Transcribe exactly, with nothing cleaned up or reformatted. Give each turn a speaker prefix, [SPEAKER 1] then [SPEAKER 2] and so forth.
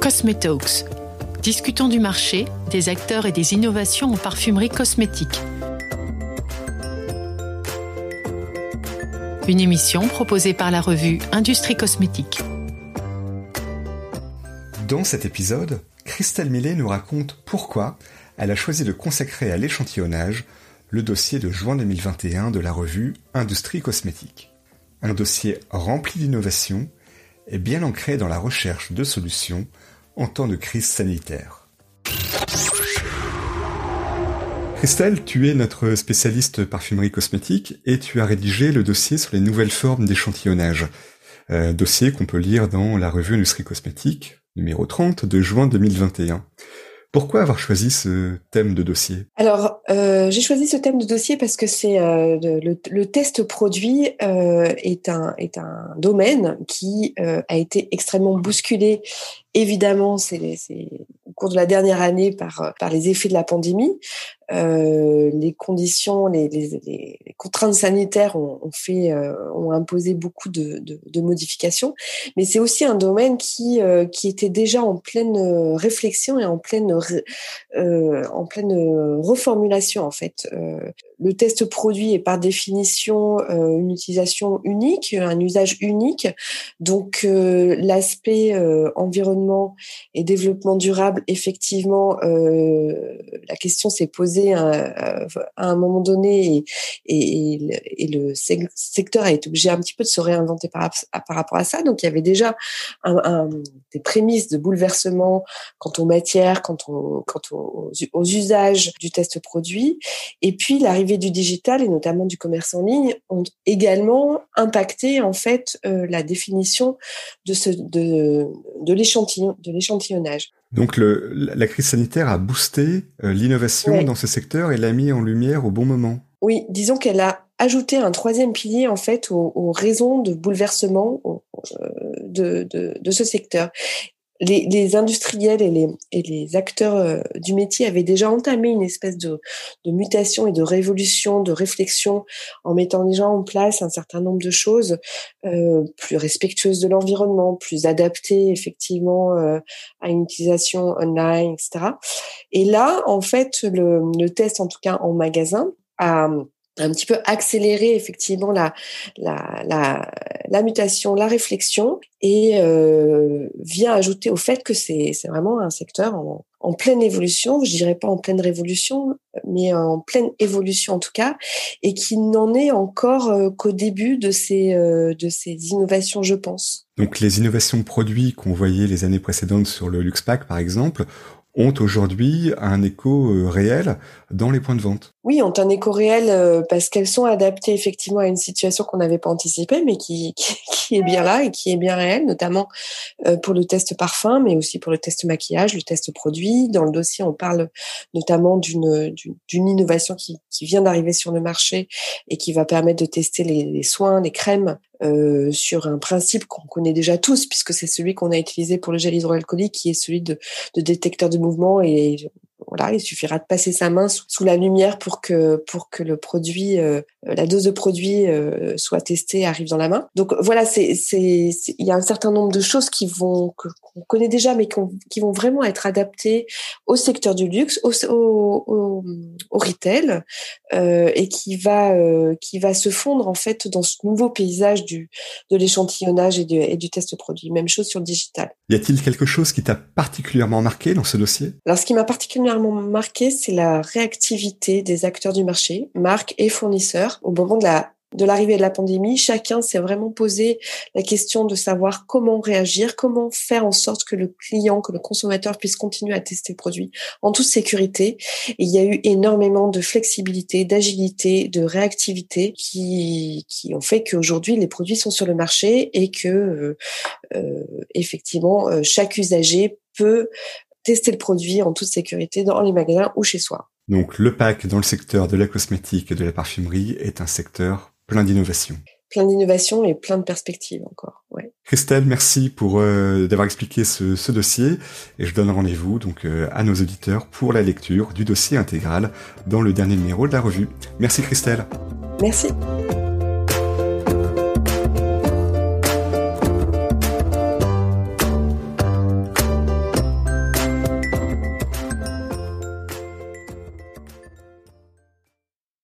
[SPEAKER 1] Cosmetalks. Discutons du marché, des acteurs et des innovations en parfumerie cosmétique. Une émission proposée par la revue Industrie Cosmétique.
[SPEAKER 2] Dans cet épisode, Christelle Millet nous raconte pourquoi elle a choisi de consacrer à l'échantillonnage le dossier de juin deux mille vingt et un de la revue Industrie Cosmétique. Un dossier rempli d'innovations et bien ancré dans la recherche de solutions en temps de crise sanitaire. Christelle, tu es notre spécialiste parfumerie cosmétique et tu as rédigé le dossier sur les nouvelles formes d'échantillonnage. Euh, dossier qu'on peut lire dans la revue Industrie Cosmétique, numéro trente de juin deux mille vingt et un. Pourquoi avoir choisi ce thème de dossier ?
[SPEAKER 3] Alors, euh, j'ai choisi ce thème de dossier parce que c'est euh, le, le test produit euh, est un est un domaine qui euh, a été extrêmement bousculé. Évidemment, c'est, c'est au cours de la dernière année par par les effets de la pandémie, euh, les conditions, les, les, les contraintes sanitaires ont, ont fait euh, ont imposé beaucoup de, de, de modifications. Mais c'est aussi un domaine qui euh, qui était déjà en pleine réflexion et en pleine euh, en pleine reformulation en fait. Euh, le test produit est par définition euh, une utilisation unique, un usage unique. Donc euh, l'aspect euh, environnemental et développement durable, effectivement, euh, la question s'est posée à, à un moment donné et, et, et le secteur a été obligé un petit peu de se réinventer par, par rapport à ça. Donc, il y avait déjà un, un, des prémices de bouleversement quant aux matières, quant, au, quant aux, aux usages du test produit. Et puis, l'arrivée du digital et notamment du commerce en ligne ont également impacté, en fait, euh, la définition de, ce, de, de l'échantillon de l'échantillonnage.
[SPEAKER 2] Donc le, la crise sanitaire a boosté euh, l'innovation ouais. dans ce secteur et l'a mis en lumière au bon moment.
[SPEAKER 3] Oui, disons qu'elle a ajouté un troisième pilier en fait aux, aux raisons de bouleversement euh, de, de, de ce secteur. Les, les industriels et les, et les acteurs euh, du métier avaient déjà entamé une espèce de, de mutation et de révolution, de réflexion, en mettant déjà en place un certain nombre de choses euh, plus respectueuses de l'environnement, plus adaptées effectivement euh, à une utilisation online, et cetera. Et là, en fait, le, le test, en tout cas en magasin, a un petit peu accélérer effectivement la la la, la mutation, la réflexion et euh, vient ajouter au fait que c'est c'est vraiment un secteur en, en pleine évolution, je dirais pas en pleine révolution, mais en pleine évolution en tout cas, et qui n'en est encore euh, qu'au début de ces euh, de ces innovations, je pense.
[SPEAKER 2] Donc les innovations produits qu'on voyait les années précédentes sur le Luxe-Pack par exemple ont aujourd'hui un écho euh, réel dans les points de vente.
[SPEAKER 3] Oui, ont un écho réel euh, parce qu'elles sont adaptées effectivement à une situation qu'on n'avait pas anticipée, mais qui, qui, qui est bien là et qui est bien réelle, notamment euh, pour le test parfum, mais aussi pour le test maquillage, le test produit. Dans le dossier, on parle notamment d'une, d'une, d'une innovation qui, qui vient d'arriver sur le marché et qui va permettre de tester les, les soins, les crèmes euh, sur un principe qu'on connaît déjà tous, puisque c'est celui qu'on a utilisé pour le gel hydroalcoolique, qui est celui de, de détecteur de mouvement et voilà, il suffira de passer sa main sous, sous la lumière pour que pour que le produit, euh, la dose de produit euh, soit testée, arrive dans la main. Donc voilà, c'est c'est il y a un certain nombre de choses qui vont que, qu'on connaît déjà, mais qu'on, qui vont vraiment être adaptées au secteur du luxe, au au, au, au retail, euh, et qui va euh, qui va se fondre en fait dans ce nouveau paysage du de l'échantillonnage et du et du test produit. Même chose sur le digital.
[SPEAKER 2] Y a-t-il quelque chose qui t'a particulièrement marqué dans ce dossier ?
[SPEAKER 3] Alors, ce qui m'a particulièrement marqué, c'est la réactivité des acteurs du marché, marques et fournisseurs. Au moment de la de l'arrivée de la pandémie, chacun s'est vraiment posé la question de savoir comment réagir, comment faire en sorte que le client, que le consommateur puisse continuer à tester le produit en toute sécurité. Et il y a eu énormément de flexibilité, d'agilité, de réactivité qui qui ont fait qu'aujourd'hui les produits sont sur le marché et que euh, euh, effectivement euh, chaque usager peut tester le produit en toute sécurité dans les magasins ou chez soi.
[SPEAKER 2] Donc le pack dans le secteur de la cosmétique et de la parfumerie est un secteur plein d'innovation.
[SPEAKER 3] Plein d'innovation et plein de perspectives encore. Ouais.
[SPEAKER 2] Christelle, merci pour euh, d'avoir expliqué ce, ce dossier et je donne rendez-vous donc euh, à nos auditeurs pour la lecture du dossier intégral dans le dernier numéro de la revue. Merci Christelle.
[SPEAKER 3] Merci.